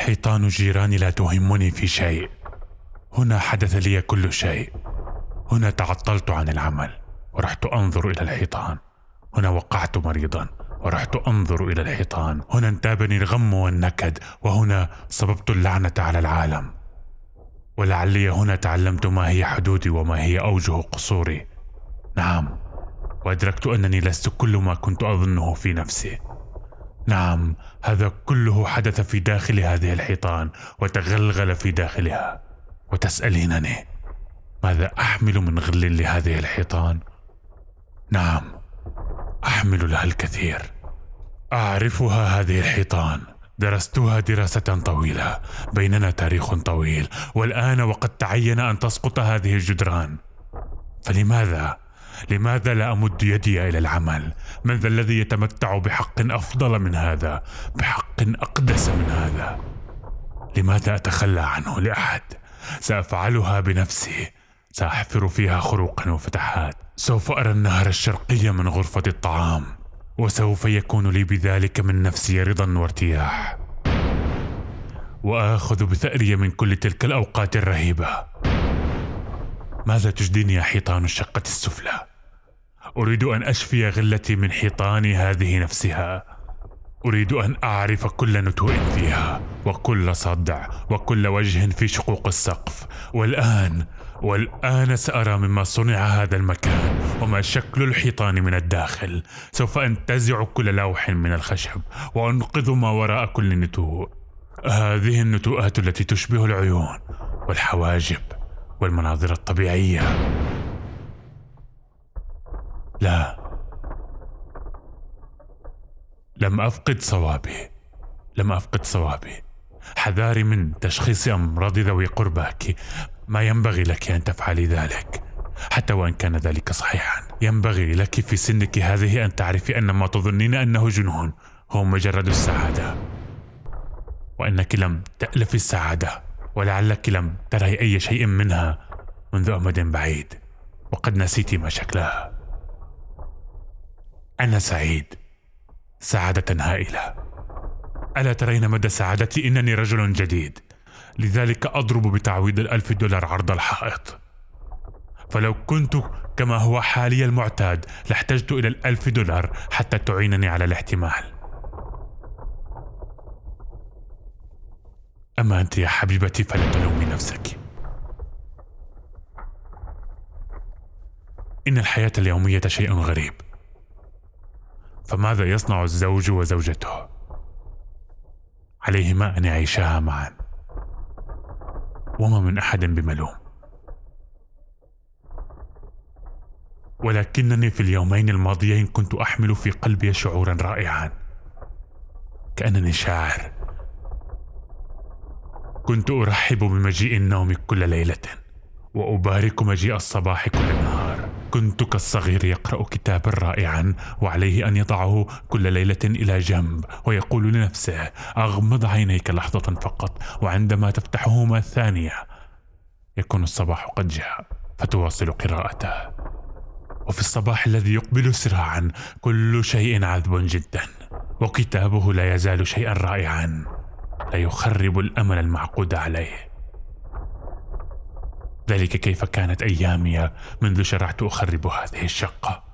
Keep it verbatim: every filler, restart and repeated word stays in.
حيطان جيراني لا تهمني في شيء. هنا حدث لي كل شيء. هنا تعطلت عن العمل ورحت أنظر إلى الحيطان. هنا وقعت مريضا ورحت أنظر إلى الحيطان. هنا انتابني الغم والنكد، وهنا صببت اللعنة على العالم. ولعلي هنا تعلمت ما هي حدودي وما هي أوجه قصوري. نعم، وأدركت أنني لست كل ما كنت أظنه في نفسي. نعم، هذا كله حدث في داخل هذه الحيطان وتغلغل في داخلها. وتسألينني ماذا أحمل من غل لهذه الحيطان؟ نعم، أحمل لها الكثير. أعرفها هذه الحيطان، درستها دراسة طويلة، بيننا تاريخ طويل، والآن وقد تعين أن تسقط هذه الجدران. فلماذا؟ لماذا لا أمد يدي إلى العمل؟ من ذا الذي يتمتع بحق أفضل من هذا، بحق أقدس من هذا؟ لماذا أتخلى عنه لأحد؟ سأفعلها بنفسي. سأحفر فيها خروقا وفتحات. سوف أرى النهر الشرقي من غرفة الطعام، وسوف يكون لي بذلك من نفسي رضا وارتياح. وآخذ بثأري من كل تلك الأوقات الرهيبة. ماذا تجديني يا حيطان الشقة السفلى؟ أريد أن أشفي غلتي من حيطان هذه نفسها. أريد أن أعرف كل نتوء فيها، وكل صدع، وكل وجه في شقوق السقف. والآن والآن سأرى مما صنع هذا المكان وما شكل الحيطان من الداخل. سوف أنتزع كل لوح من الخشب وأنقذ ما وراء كل نتوء. هذه النتوءات التي تشبه العيون والحواجب والمناظر الطبيعية. لا، لم أفقد صوابي. لم أفقد صوابي. حذاري من تشخيص أمراض ذوي قرباك. ما ينبغي لك أن تفعلي ذلك، حتى وإن كان ذلك صحيحا. ينبغي لك في سنك هذه أن تعرفي أن ما تظنين أنه جنون هو مجرد السعادة، وأنك لم تألفي السعادة، ولعلك لم تري أي شيء منها منذ أمد بعيد، وقد نسيت ما شكلها. أنا سعيد سعادة هائلة. ألا ترين مدى سعادتي؟ إنني رجل جديد، لذلك أضرب بتعويض الألف دولار عرض الحائط. فلو كنت كما هو حالي المعتاد لاحتجت إلى الألف دولار حتى تعينني على الاحتمال. أما أنت يا حبيبتي فلا تلومي نفسك. إن الحياة اليومية شيء غريب. فماذا يصنع الزوج وزوجته؟ عليهما أن يعيشاها معا، وما من أحد بملوم. ولكنني في اليومين الماضيين كنت أحمل في قلبي شعورا رائعا، كأنني شاعر. كنت أرحب بمجيء النوم كل ليلة، وأبارك مجيء الصباح كل نهار. كنت كالصغير يقرأ كتابا رائعا وعليه أن يضعه كل ليلة إلى جنب ويقول لنفسه: أغمض عينيك لحظة فقط، وعندما تفتحهما ثانية يكون الصباح قد جاء، فتواصل قراءته. وفي الصباح الذي يقبل سراعا كل شيء عذب جدا، وكتابه لا يزال شيئا رائعا لا يخرب الأمل المعقود عليه. ذلك كيف كانت أيامي منذ شرعت أخرب هذه الشقة.